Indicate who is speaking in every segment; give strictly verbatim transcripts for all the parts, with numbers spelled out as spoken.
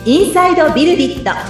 Speaker 1: インサイドビルディット。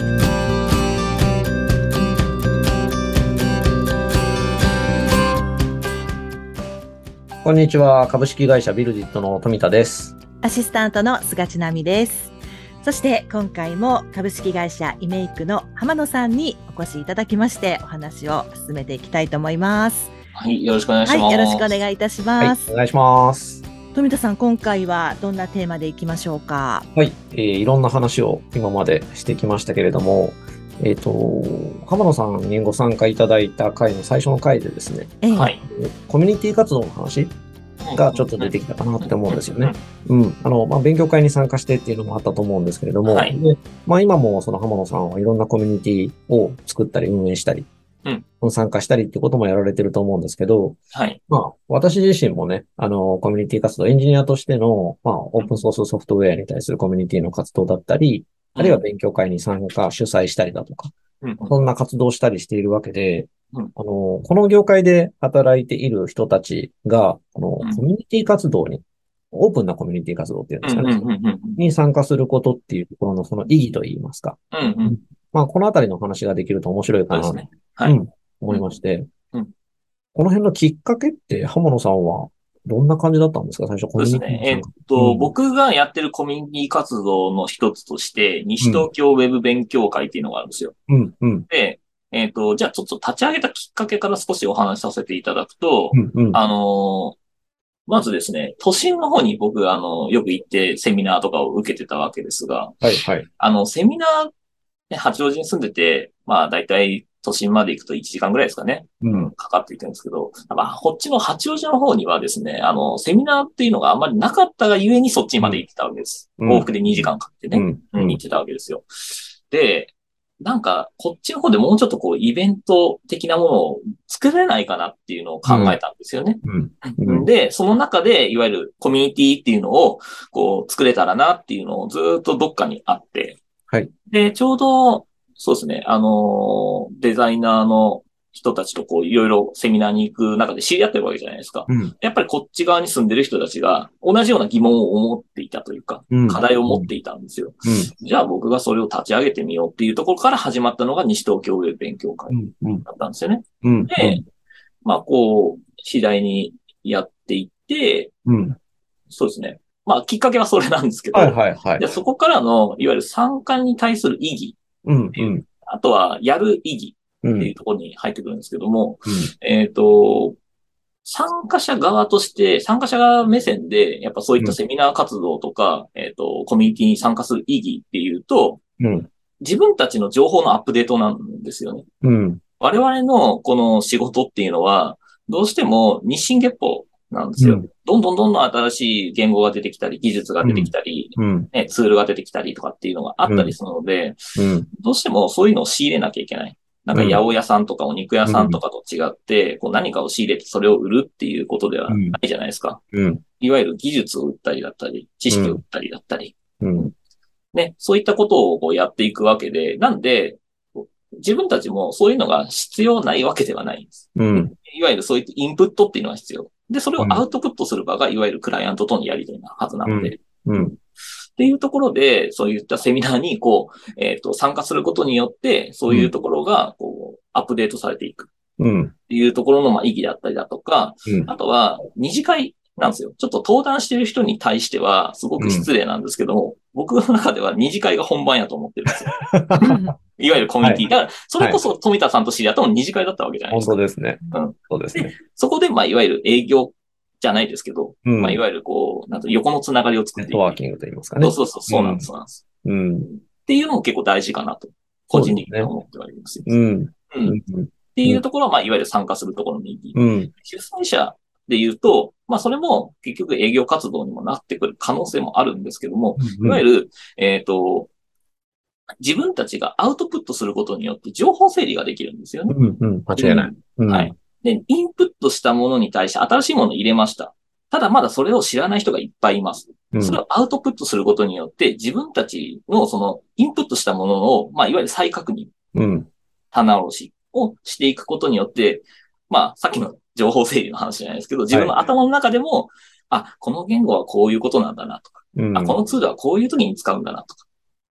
Speaker 2: こんにちは。株式会社ビルディットの富田です。
Speaker 1: アシスタントの菅千奈美です。そして今回も株式会社イメイクの浜野さんにお越しいただきましてお話を進めていきたいと思います。
Speaker 3: はい、よろしくお願いします。
Speaker 1: はい、よろしくお願いいたします。
Speaker 2: はい、お願いします。
Speaker 1: 富田さん、今回はどんなテーマでいきましょうか？
Speaker 2: はい、えー、いろんな話を今までしてきましたけれども、えっと、浜野さんにご参加いただいた回の最初の回でですね、
Speaker 1: ええ、
Speaker 3: はい、
Speaker 2: コミュニティ活動の話がちょっと出てきたかなって思うんですよね。うん。あの、まあ、勉強会に参加してっていうのもあったと思うんですけれども、
Speaker 3: はい、
Speaker 2: で、まあ、今もその浜野さんはいろんなコミュニティを作ったり運営したり、うん、参加したりってこともやられてると思うんですけど、
Speaker 3: はい。
Speaker 2: まあ、私自身もね、あの、コミュニティ活動、エンジニアとしての、まあ、オープンソースソフトウェアに対するコミュニティの活動だったり、あるいは勉強会に参加、主催したりだとか、
Speaker 3: うん、
Speaker 2: そんな活動をしたりしているわけで、
Speaker 3: うん、
Speaker 2: あの、この業界で働いている人たちが、このコミュニティ活動に、オープンなコミュニティ活動っていうんですかね、に参加することっていうところのその意義といいますか。
Speaker 3: うんうん、
Speaker 2: まあ、このあたりの話ができると面白いかなと、
Speaker 3: ね、はい、
Speaker 2: うん、思いまして、
Speaker 3: うん、
Speaker 2: この辺のきっかけって浜野さんはどんな感じだったんですか？最初コミュニティ
Speaker 3: そうですね。えっと、うん、僕がやってるコミュニティ活動の一つとして、西東京ウェブ勉強会っていうのがあるんですよ。
Speaker 2: うんうん、
Speaker 3: で、えっと、じゃあちょっと立ち上げたきっかけから少しお話しさせていただくと、
Speaker 2: うんうん、
Speaker 3: あの、まずですね、都心の方に僕、あの、よく行ってセミナーとかを受けてたわけですが、
Speaker 2: はいはい。
Speaker 3: あの、セミナー、ね、八王子に住んでて、まあ、だいたい都心まで行くといちじかんぐらいですかね。うん、かかっていくんですけど、まあ、こっちの八王子の方にはですね、あの、セミナーっていうのがあんまりなかったがゆえにそっちまで行ってたわけです。うん、往復でにじかんかけてね、うんうん、行ってたわけですよ。で、なんか、こっちの方でもうちょっとこう、イベント的なものを作れないかなっていうのを考えたんですよね。うんうん、で、その中で、いわゆるコミュニティっていうのを、こう、作れたらなっていうのをずっとどっかにあって、
Speaker 2: はい。
Speaker 3: で、ちょうど、そうですね、あの、デザイナーの人たちとこう、いろいろセミナーに行く中で知り合ってるわけじゃないですか。うん、やっぱりこっち側に住んでる人たちが同じような疑問を思っていたというか、うん、課題を持っていたんですよ、うん。じゃあ僕がそれを立ち上げてみようっていうところから始まったのが西東京ウェブ勉強会だったんですよね。うん、で、まあこう、次第にやっていって、うん、そうですね。まあ、きっかけはそれなんですけど、
Speaker 2: はいはいはい。
Speaker 3: でそこからの、いわゆる参加に対する意義、うんうん、あとは、やる意義っていうところに入ってくるんですけども、うん、えっと、参加者側として、参加者側目線で、やっぱそういったセミナー活動とか、うん、えっと、コミュニティに参加する意義っていうと、うん、自分たちの情報のアップデートなんですよね。うん、我々のこの仕事っていうのは、どうしても日進月歩なんですよ。うん、どんどんどんどん新しい言語が出てきたり、技術が出てきたり、うんね、ツールが出てきたりとかっていうのがあったりするので、うん、どうしてもそういうのを仕入れなきゃいけない。なんか八百屋さんとかお肉屋さんとかと違って、こう何かを仕入れてそれを売るっていうことではないじゃないですか。うん、いわゆる技術を売ったりだったり、知識を売ったりだったり。うんね、そういったことをこうやっていくわけで、なんで、自分たちもそういうのが必要ないわけではないんです。うん、いわゆるそういったインプットっていうのは必要。で、それをアウトプットする場が、いわゆるクライアントとのやり取りなはずなので。うんうん、っていうところで、そういったセミナーに、こう、えっと、参加することによって、そういうところが、こう、アップデートされていく。っていうところの、まあ、意義だったりだとか、うん、あとは、二次会なんですよ。ちょっと登壇してる人に対しては、すごく失礼なんですけども、うん、僕の中では二次会が本番やと思ってるんですよ。いわゆるコミュニティ。だから、それこそ富田さんと知り合ったのも二次会だったわけじゃないですか。
Speaker 2: 本当ですね。うん。そうですね。
Speaker 3: で、そこで、まあ、いわゆる営業じゃないですけど、うん、まあ、いわゆるこう、なんと横のつながりを作っていく。
Speaker 2: ネットワーキングと言いますかね。
Speaker 3: そうそうそう、そうなんです、そうなんです。うん。っていうのも結構大事かなと、個人的には思ってはいますよ。うん。うん。っていうところは、まあ、いわゆる参加するところの意義。うん。主催者で言うと、まあ、それも結局営業活動にもなってくる可能性もあるんですけども、うん、いわゆる、えっと、自分たちがアウトプットすることによって情報整理ができるんですよね。
Speaker 2: うんうん、間違いない、
Speaker 3: うん。はい。で、インプットしたものに対して新しいものを入れました。ただまだそれを知らない人がいっぱいいます。うん、それをアウトプットすることによって自分たちのそのインプットしたものを、まあ、いわゆる再確認。うん。棚卸しをしていくことによって、まあ、さっきの情報整理の話じゃないですけど、自分の頭の中でも、はい、あ、この言語はこういうことなんだなとか、うん、あ、このツールはこういう時に使うんだなとか。っ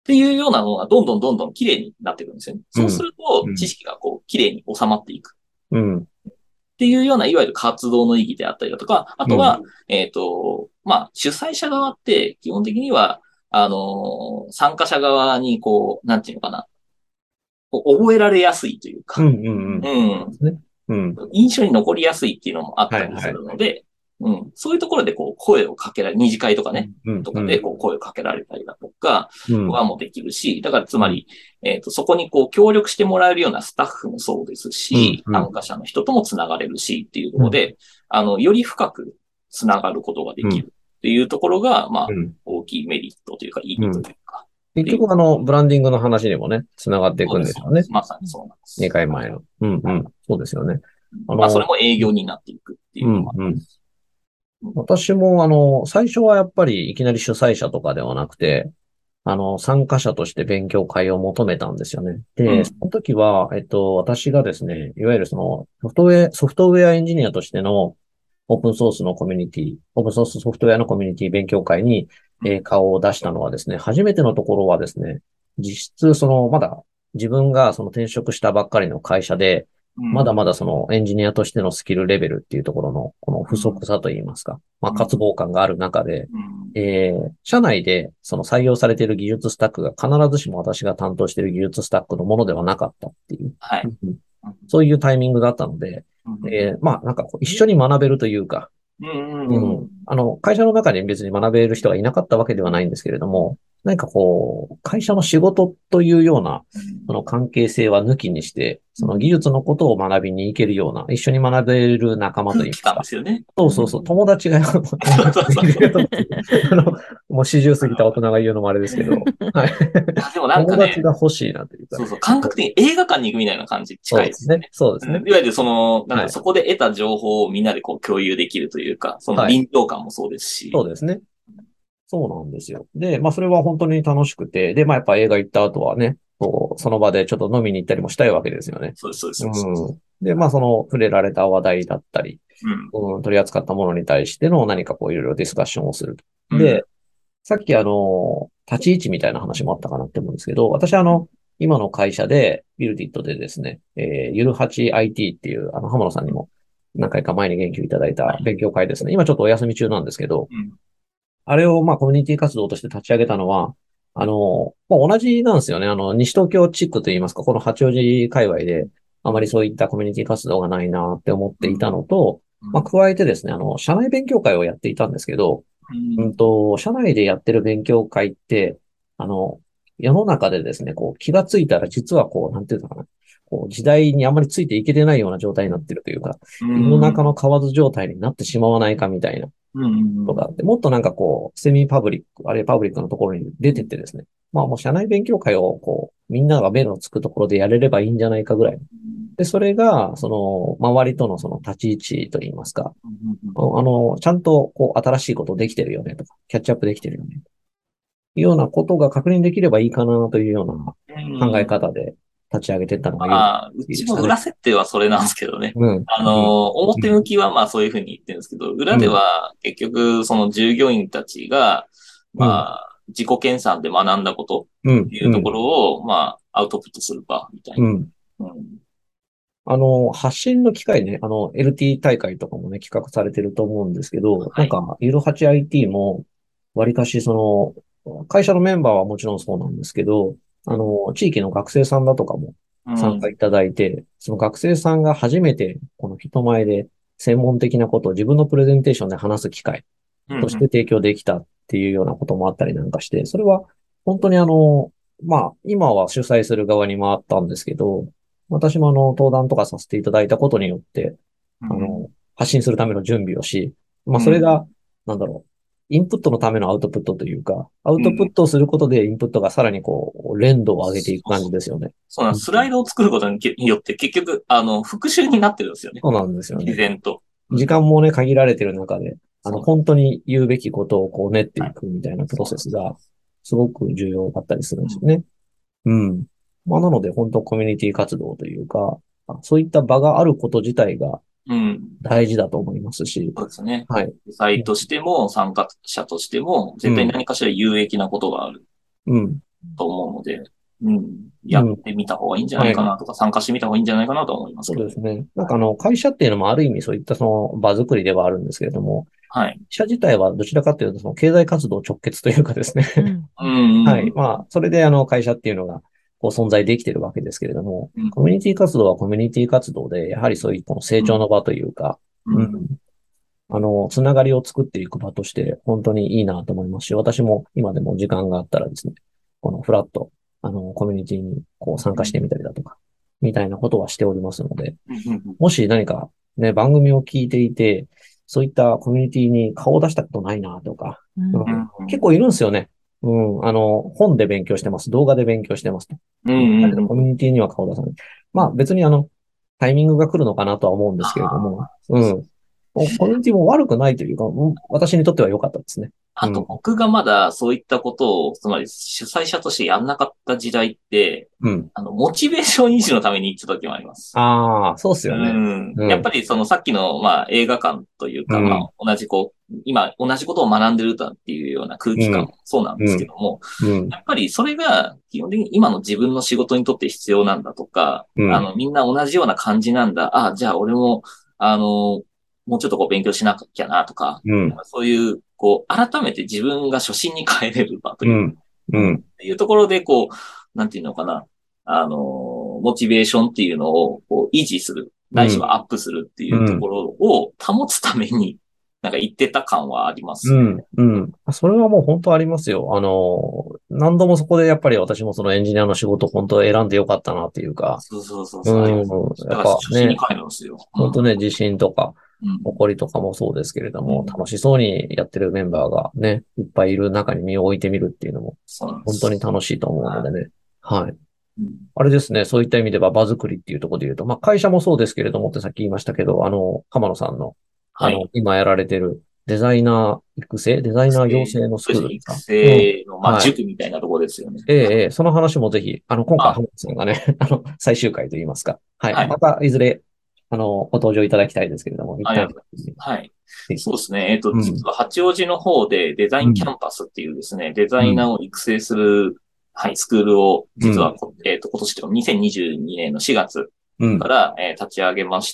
Speaker 3: っていうようなのがどんどんどんどん綺麗になっていくんですよね。そうすると、知識がこう、綺麗に収まっていく。
Speaker 2: うん。
Speaker 3: っていうような、いわゆる活動の意義であったりだとか、あとは、うん、えっと、まあ、主催者側って基本的には、あのー、参加者側にこう、なんていうのかな、覚えられやすいというか、
Speaker 2: うんうんうん。
Speaker 3: うんうん、印象に残りやすいっていうのもあったりするので、はいはい、うん、そういうところでこう声をかけられ、二次会とかね、うんうん、とかでこう声をかけられたりだとかはもできるし、だからつまり、えっと、そこにこう協力してもらえるようなスタッフもそうですし、うんうん、参加者の人ともつながれるしっていうところで、うん、あの、より深くつながることができるっていうところが、まあ、大きいメリットというか意義というか、
Speaker 2: 結局あの、ブランディングの話にもね、繋がっていくんですよね。
Speaker 3: まさにそうなんです。
Speaker 2: にかいまえの。うんうん。そうですよね。
Speaker 3: あのまあ、それも営業になっていくっていうのもあります。
Speaker 2: うんうん。私もあの、最初はやっぱりいきなり主催者とかではなくて、あの、参加者として勉強会を求めたんですよね。で、うん、その時は、えっと、私がですね、いわゆるその、ソフトウェア、ソフトウェアエンジニアとしてのオープンソースのコミュニティ、オープンソースソフトウェアのコミュニティ勉強会に、えー、顔を出したのはですね、初めてのところはですね、実質その、まだ自分がその転職したばっかりの会社で、まだまだそのエンジニアとしてのスキルレベルっていうところのこの不足さといいますか、まあ渇望感がある中で、えー、社内でその採用されている技術スタックが必ずしも私が担当している技術スタックのものではなかったっていう、
Speaker 3: はい、
Speaker 2: そういうタイミングだったので、えー、まあなんかこう一緒に学べるというか、
Speaker 3: うんうん、
Speaker 2: あの、会社の中に別に学べる人がいなかったわけではないんですけれども、何かこう、会社の仕事というような、その関係性は抜きにして、その技術のことを学びに行けるような、一緒に学べる仲間といいますか。
Speaker 3: ですよね。
Speaker 2: そうそうそう、友達が、友達がいるよあの、もう四十過ぎた大人が言うのもあれですけど、はい。
Speaker 3: でもなんかね、
Speaker 2: 友達が欲しいなというか。
Speaker 3: そうそう、感覚的に映画館に行くみたいな感じ近いですね。
Speaker 2: そうですね。そうですね。
Speaker 3: いわゆるその、なんかそこで得た情報をみんなでこう共有できるというか、その臨場感もそうですし。
Speaker 2: そうですね。そうなんですよ。で、まあそれは本当に楽しくて、で、まあやっぱ映画行った後はね、こう、その場でちょっと飲みに行ったりもしたいわけですよね。
Speaker 3: そうです、そうです。うん。
Speaker 2: で、まあその触れられた話題だったり、
Speaker 3: うん
Speaker 2: うん、取り扱ったものに対しての何かこういろいろディスカッションをする。で、うん、さっきあの、立ち位置みたいな話もあったかなって思うんですけど、私あの、今の会社で、ビルディットでですね、えー、ゆるはち アイティー っていう、あの、浜野さんにも何回か前に言及いただいた勉強会ですね。今ちょっとお休み中なんですけど、うんあれをまあコミュニティ活動として立ち上げたのは、あの、まあ、同じなんですよね。あの、西東京地区といいますか、この八王子界隈で、あまりそういったコミュニティ活動がないなって思っていたのと、まあ、加えてですね、あの、社内勉強会をやっていたんですけど、うんと、社内でやってる勉強会って、あの、世の中でですね、こう、気がついたら実はこう、なんていうのかな、こう、時代にあんまりついていけてないような状態になってるというか、世の中の河津状態になってしまわないかみたいな。とかもっとなんかこう、セミパブリック、あるいはパブリックのところに出てってですね。まあもう社内勉強会をこう、みんなが目のつくところでやれればいいんじゃないかぐらい。で、それが、その、周りとのその立ち位置といいますか、あの、ちゃんとこう、新しいことできてるよねとか、キャッチアップできてるよね。いうようなことが確認できればいいかなというような考え方で立ち上げていったのがいい、ね。
Speaker 3: まあ、うちの裏設定はそれなんですけどね。うん、あの、うん、表向きはまあそういうふうに言ってるんですけど、裏では結局その従業員たちが、まあ、自己研鑽で学んだことっていうところを、まあ、アウトプットする場みたいな。うんうん、
Speaker 2: あの、発信の機会ね、あの、エルティー 大会とかもね、企画されてると思うんですけど、はい、なんか、ゆるはち アイティー も、わりかしその、会社のメンバーはもちろんそうなんですけど、あの、地域の学生さんだとかも参加いただいて、うん、その学生さんが初めてこの人前で専門的なことを自分のプレゼンテーションで話す機会として提供できたっていうようなこともあったりなんかして、それは本当にあの、まあ、今は主催する側に回ったんですけど、私もあの、登壇とかさせていただいたことによって、あの、発信するための準備をし、まあ、それが、なんだろう、インプットのためのアウトプットというか、アウトプットをすることでインプットがさらにこう、連動を上げていく感じですよね。
Speaker 3: そうなんです。スライドを作ることによって結局、あの、復習になってるんですよね。
Speaker 2: そうなんですよね。
Speaker 3: 自然と。
Speaker 2: 時間もね、限られてる中で、あの、本当に言うべきことをこう練っていくみたいなプロセスが、すごく重要だったりするんですよね。うん。まあ、なので、本当コミュニティ活動というか、そういった場があること自体が大事だと思いますし。
Speaker 3: うん、そうですね。
Speaker 2: はい。
Speaker 3: 主催としても参加者としても、絶対何かしら有益なことがある。
Speaker 2: うん。
Speaker 3: と思うので、うん、やってみた方がいいんじゃないかなとか、うん、参加してみた方がいいんじゃないかなと思いますけど。
Speaker 2: そうですね。なんかあの、会社っていうのもある意味そういったその場作りではあるんですけれども、
Speaker 3: はい。
Speaker 2: 社自体はどちらかというとその経済活動直結というかですね。
Speaker 3: うん。
Speaker 2: はい。まあ、それであの会社っていうのがこう存在できているわけですけれども、うん、コミュニティ活動はコミュニティ活動で、やはりそういった成長の場というか、うん、うん、あの、つながりを作っていく場として本当にいいなと思いますし、私も今でも時間があったらですね、このフラット、あの、コミュニティにこう参加してみたりだとか、みたいなことはしておりますので、もし何かね、番組を聞いていて、そういったコミュニティに顔を出したことないなとか、うんうん、結構いるんですよね。うん、あの、本で勉強してます。動画で勉強してますと。だけどコミュニティには顔を出さない。まあ別にあの、タイミングが来るのかなとは思うんですけれども、うん。コミュニティも悪くないというか、私にとっては良かったですね。
Speaker 3: あと僕がまだそういったことを、つまり主催者としてやんなかった時代って、うん、あの、モチベーション維持のために行った時もあります。
Speaker 2: ああ、そうっすよね。
Speaker 3: うん。やっぱりそのさっきの、まあ映画館というか、うん、まあ同じこう、今同じことを学んでるとっていうような空気感もそうなんですけども、うんうん、やっぱりそれが基本的に今の自分の仕事にとって必要なんだとか、あの、みんな同じような感じなんだ。ああ、じゃあ俺も、あの、もうちょっとこう勉強しなきゃなとか、うん、そういう、こう、改めて自分が初心に帰れる場という、うんうん、っていうところで、こう、なんていうのかな、あの、モチベーションっていうのをこう維持する、ないしはアップするっていうところを保つために、なんか言ってた感はありますね。
Speaker 2: うん、うん。それはもう本当ありますよ。あの、何度もそこでやっぱり私もそのエンジニアの仕事本当選んでよかったなっていうか。
Speaker 3: そうそうそうそう。うん。やっぱね、帰るんですよ。
Speaker 2: 本当ね、自信とか、誇りとかもそうですけれども、うん、楽しそうにやってるメンバーがね、いっぱいいる中に身を置いてみるっていうのも、本当に楽しいと思うのでね。はい。はい、うん、あれですね、そういった意味では場作りっていうところで言うと、まあ会社もそうですけれどもってさっき言いましたけど、あの、浜野さんの、あの、はい、今やられてるデザイナー育成デザイナー養成のスクールですか？
Speaker 3: 育成の、うん、まあ、塾みたいなところですよね。
Speaker 2: ええ、ええ、その話もぜひ、あの、今回浜野さんがね、あの、最終回といいますか。はい。はい、また、いずれ、あの、ご登場いただきたいですけれども、一旦。
Speaker 3: はい。そうですね。えっと、うん、実は八王子の方でデザインキャンパスっていうですね、うん、デザイナーを育成する、はい、スクールを、実は、うん、えっと、今年というかにせんにじゅうにねんのしがつから、うん、えー、立ち上げまして、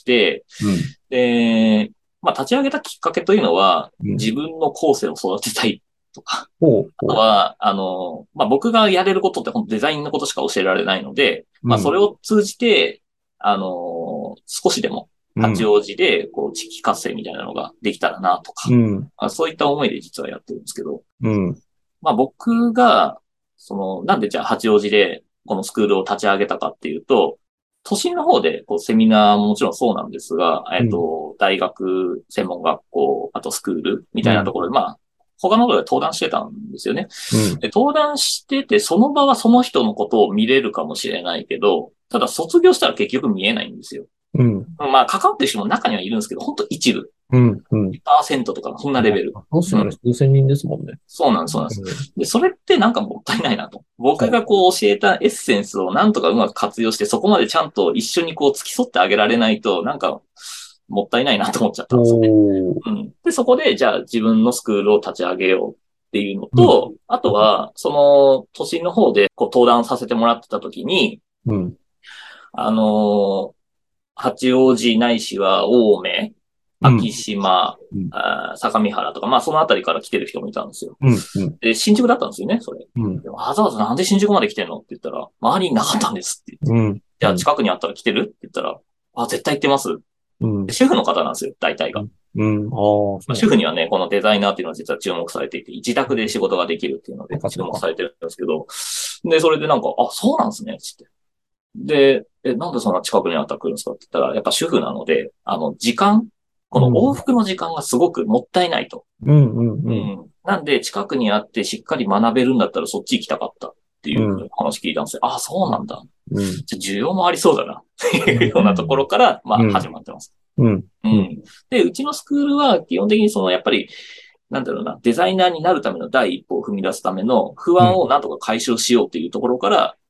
Speaker 3: うん、で、まあ、立ち上げたきっかけというのは、うん、自分の後世を育てたいとか、うん、あとは、あの、まあ、僕がやれることって本当デザインのことしか教えられないので、まあ、それを通じて、あの、少しでも、八王子で、こう、地域活性みたいなのができたらなとか、うん、そういった思いで実はやってるんですけど、うん、まあ僕が、その、なんでじゃあ八王子でこのスクールを立ち上げたかっていうと、都心の方でこうセミナーももちろんそうなんですが、えっと、大学、専門学校、あとスクールみたいなところで、まあ、他のところで登壇してたんですよね、うんで。登壇してて、その場はその人のことを見れるかもしれないけど、ただ卒業したら結局見えないんですよ。うん、まあ、関わってる人も中にはいるんですけど、本当一部。うん、うん。にパーセントとか、そんなレベル。
Speaker 2: そうですよね。数千人ですもんね。
Speaker 3: そうなんです、そうなんです。で、それってなんかもったいないなと。僕がこう教えたエッセンスをなんとかうまく活用して、そこまでちゃんと一緒にこう付き添ってあげられないと、なんか、もったいないなと思っちゃったんですよね。うん。で、そこで、じゃあ自分のスクールを立ち上げようっていうのと、うん、あとは、その、都心の方でこう登壇させてもらってた時に、うん、あのー、八王子ないしは青梅、昭島、うん、あ相模原とか、まあそのあたりから来てる人もいたんですよ。うんうん、で、新宿だったんですよね、それ。うん、わざわざなんで新宿まで来てんのって言ったら、周りになかったんですって言って。うん、じゃあ近くにあったら来てるって言ったら、あ、絶対行ってます。うん、主婦の方なんですよ、大体が。うんあまあ、主婦にはね、このデザイナーっていうのは実は注目されていて、自宅で仕事ができるっていうので注目されてるんですけど、で、それでなんか、あ、そうなんですね、つって。で、え、なんでそんな近くにあったら来るんですかって言ったら、やっぱ主婦なので、あの、時間この往復の時間がすごくもったいないと。うんうんうんうん、なんで、近くにあってしっかり学べるんだったらそっち行きたかったっていう話聞いたんですよ。うん、ああ、そうなんだ。うん、じゃ需要もありそうだなっていうようなところから、まあ、始まってます。うんうん、で、うちのスクールは基本的にその、やっぱり、なんだろうな、デザイナーになるための第一歩を踏み出すための不安をなんとか解消しようっていうところから、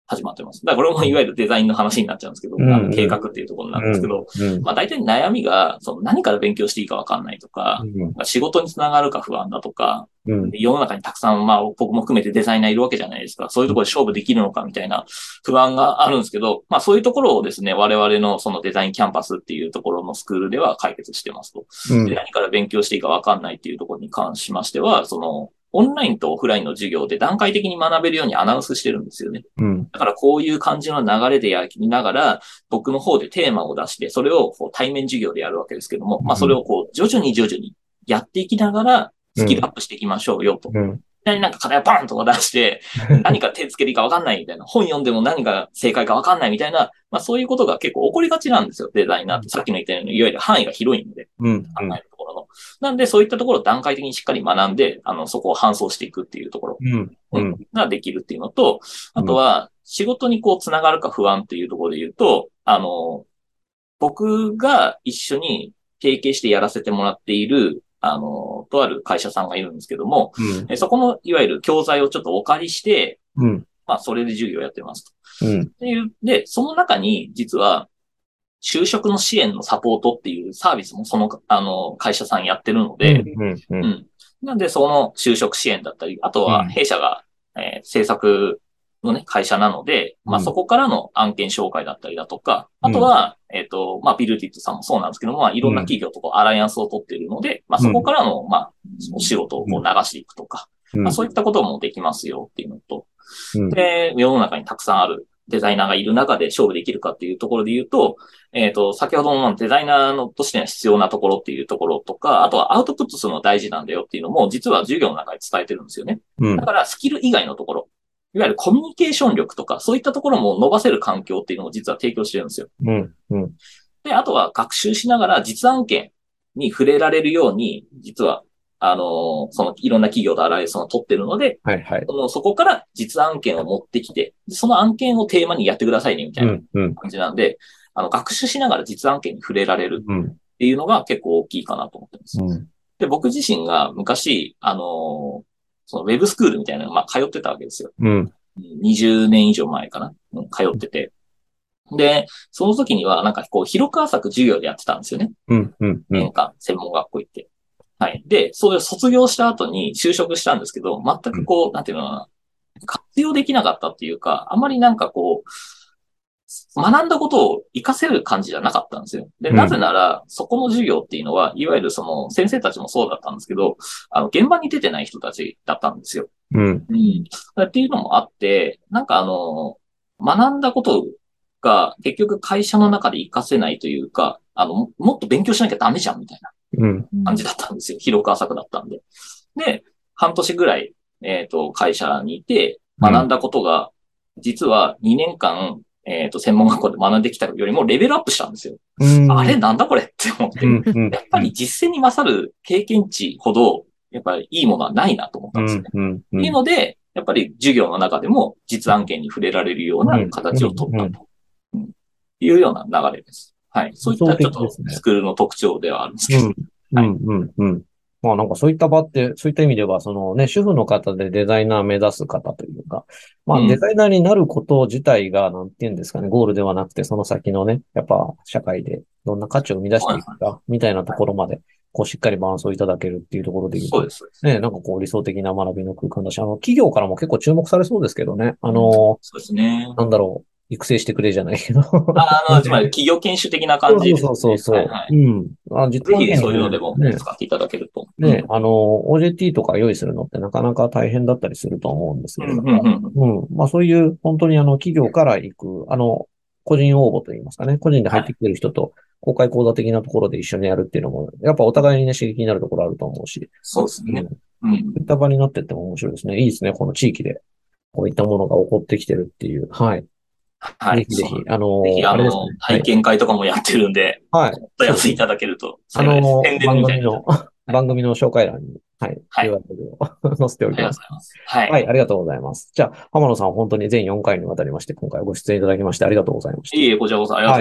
Speaker 3: 始まってます。だからこれもいわゆるデザインの話になっちゃうんですけど、うんうん、計画っていうところになるんですけど、うんうん、まあ大体悩みが、その何から勉強していいかわかんないとか、うん、仕事につながるか不安だとか、うん、世の中にたくさん、まあ僕も含めてデザイナーいるわけじゃないですか。そういうところで勝負できるのかみたいな不安があるんですけど、まあそういうところをですね、我々のそのデザインキャンパスっていうところのスクールでは解決してますと。うん、で何から勉強していいかわかんないっていうところに関しましては、その、オンラインとオフラインの授業で段階的に学べるようにアナウンスしてるんですよね。うん、だからこういう感じの流れでやりながら、僕の方でテーマを出して、それをこう対面授業でやるわけですけども、うん、まあそれをこう徐々に徐々にやっていきながら、スキルアップしていきましょうよと。うん、なんか課題をバーンと出して、何か手つけていいか分かんないみたいな、本読んでも何が正解か分かんないみたいな、まあそういうことが結構起こりがちなんですよ、デザイナーって。さっきの言ったように、いわゆる範囲が広いので、考えるところの。なんでそういったところを段階的にしっかり学んで、あの、そこを搬送していくっていうところ、うん、ができるっていうのと、あとは仕事にこう繋がるか不安っていうところで言うと、あの、僕が一緒に提携してやらせてもらっている、あの、とある会社さんがいるんですけども、うん、そこのいわゆる教材をちょっとお借りして、うん、まあそれで授業をやってますと。うん、っていう。で、その中に実は、就職の支援のサポートっていうサービスもその、あの、会社さんやってるので、うんうんうんうん、なんでその就職支援だったり、あとは弊社が、うんえー、制作のね、会社なので、まあそこからの案件紹介だったりだとか、あとは、うん、えっと、まあビルティットさんもそうなんですけども、まあいろんな企業とこうアライアンスを取っているので、まあそこからの、まあ、お仕事をこう流していくとか、まあそういったこともできますよっていうのと、で、世の中にたくさんあるデザイナーがいる中で勝負できるかっていうところで言うと、えっと、先ほどのデザイナーのとしては必要なところっていうところとか、あとはアウトプットするの大事なんだよっていうのも、実は授業の中で伝えてるんですよね。うん、だからスキル以外のところ、いわゆるコミュニケーション力とか、そういったところも伸ばせる環境っていうのも実は提供してるんですよ。うんうん、で、あとは学習しながら実案件に触れられるように、実はあの、そのいろんな企業とアライアンスを取ってるので、はいはい、そのそこから実案件を持ってきて、その案件をテーマにやってくださいね、みたいな感じなんで、うんうん、あの、学習しながら実案件に触れられるっていうのが結構大きいかなと思ってます。うん、で、僕自身が昔、あの、そのウェブスクールみたいなの、まあ、通ってたわけですよ。うん、にじゅうねん以上前かな、うん、通ってて。で、その時にはなんかこう、広く浅く授業でやってたんですよね。うんうんうん、年間、専門学校行って。はい。で、それを卒業した後に就職したんですけど、全くこう、うん、なんていうのかな、活用できなかったっていうか、あんまりなんかこう、学んだことを活かせる感じじゃなかったんですよ。で、なぜなら、そこの授業っていうのは、いわゆるその、先生たちもそうだったんですけど、あの、現場に出てない人たちだったんですよ。うん。うん。っていうのもあって、なんかあの、学んだことが結局会社の中で活かせないというか、あの、もっと勉強しなきゃダメじゃんみたいな。感じだったんですよ。広く浅くだったんで。で、半年ぐらい、えっと、会社にいて、学んだことが、実はにねんかん、えっと、専門学校で学んできたよりもレベルアップしたんですよ。あれなんだこれって思って。やっぱり実践に勝る経験値ほど、やっぱりいいものはないなと思ったんですよね。っていうので、やっぱり授業の中でも実案件に触れられるような形を取ったというような流れです。はい。そういったちょっとスクールの特徴ではあるんですけど。
Speaker 2: はい。うん、うん、うん。まあなんかそういった場って、そういった意味では、そのね、主婦の方でデザイナー目指す方というか、まあデザイナーになること自体が、なんていうんですかね、ゴールではなくて、その先のね、やっぱ社会でどんな価値を生み出していくか、みたいなところまで、こうしっかり伴走いただけるっていうところで言うと、
Speaker 3: そうです。
Speaker 2: ね、なんかこう理想的な学びの空間だし、あの、企業からも結構注目されそうですけどね、あの、
Speaker 3: そうですね。
Speaker 2: なんだろう。育成してくれじゃないけど。
Speaker 3: あの、つまり企業研修的な感じですね。
Speaker 2: そうそうそうそう。はいはい、うん。あ、実
Speaker 3: はぜひそういうのでも使っていただけると。
Speaker 2: ね、うん、あの、オージェーティー とか用意するのってなかなか大変だったりすると思うんですけれども。うん、うん、まあそういう本当にあの企業から行く、あの、個人応募といいますかね、個人で入ってきてる人と公開講座的なところで一緒にやるっていうのも、やっぱお互いにね、刺激になるところあると思うし。
Speaker 3: そうですね。
Speaker 2: うん。そういった場になってっても面白いですね。いいですね。この地域でこういったものが起こってきてるっていう。はい。
Speaker 3: はい。
Speaker 2: ぜひぜひ、あの、
Speaker 3: ぜひ、あの、ね、体験会とかもやってるんで、はい。お問い合わせいただけると、
Speaker 2: あの、番組の、番組の紹介欄に、はい。はい。ユーアールエル を載せておきます。
Speaker 3: はい。
Speaker 2: はい。ありがとうございます。じゃあ、浜野さん、本当に全よんかいにわたりまして、今回ご出演いただきまして、ありがとうございました。
Speaker 3: いえいえ、こちらこそありがとうございます。はい。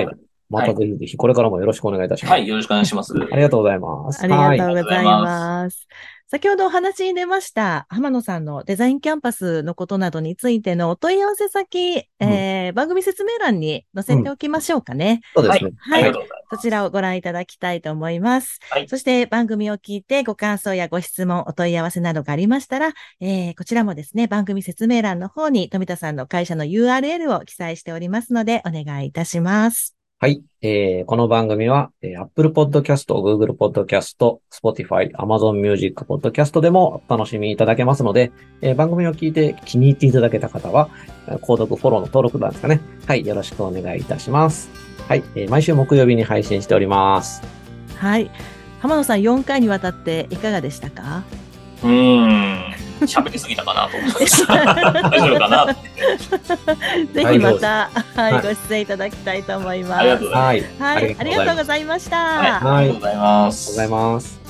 Speaker 2: またぜひぜひ、これからもよろしくお願いいたします。
Speaker 3: はい、よろしくお願いします。
Speaker 2: ありがとうございます。
Speaker 1: ありがとうございます。先ほどお話に出ました、浜野さんのデザインキャンパスのことなどについてのお問い合わせ先、うん、えー、番組説明欄に載せておきましょうかね。
Speaker 2: うん、そうですね。
Speaker 1: はい。はい、そちらをご覧いただきたいと思います。はい、そして番組を聞いてご感想やご質問、お問い合わせなどがありましたら、えー、こちらもですね、番組説明欄の方に富田さんの会社の ユーアールエル を記載しておりますので、お願いいたします。
Speaker 2: はい。えー、この番組は、えー、Apple Podcast、Google Podcast、Spotify、Amazon Music Podcast でもお楽しみいただけますので、えー、番組を聞いて気に入っていただけた方は、購読、フォローの登録欄ですかね。はい。よろしくお願いいたします。はい。えー、毎週木曜日に配信しております。
Speaker 1: はい。浜野さん、よんかいにわたっていかがでしたか？
Speaker 3: うーん。喋りすぎたかなと思いました。大丈夫かな
Speaker 1: ぜひまた、はい、はい、ご出演いただきたいと思います。
Speaker 3: ありがとうございます。
Speaker 1: はい。はい、ありがとうございました。
Speaker 3: はい、ありがとうございます。
Speaker 2: ありがとうございます。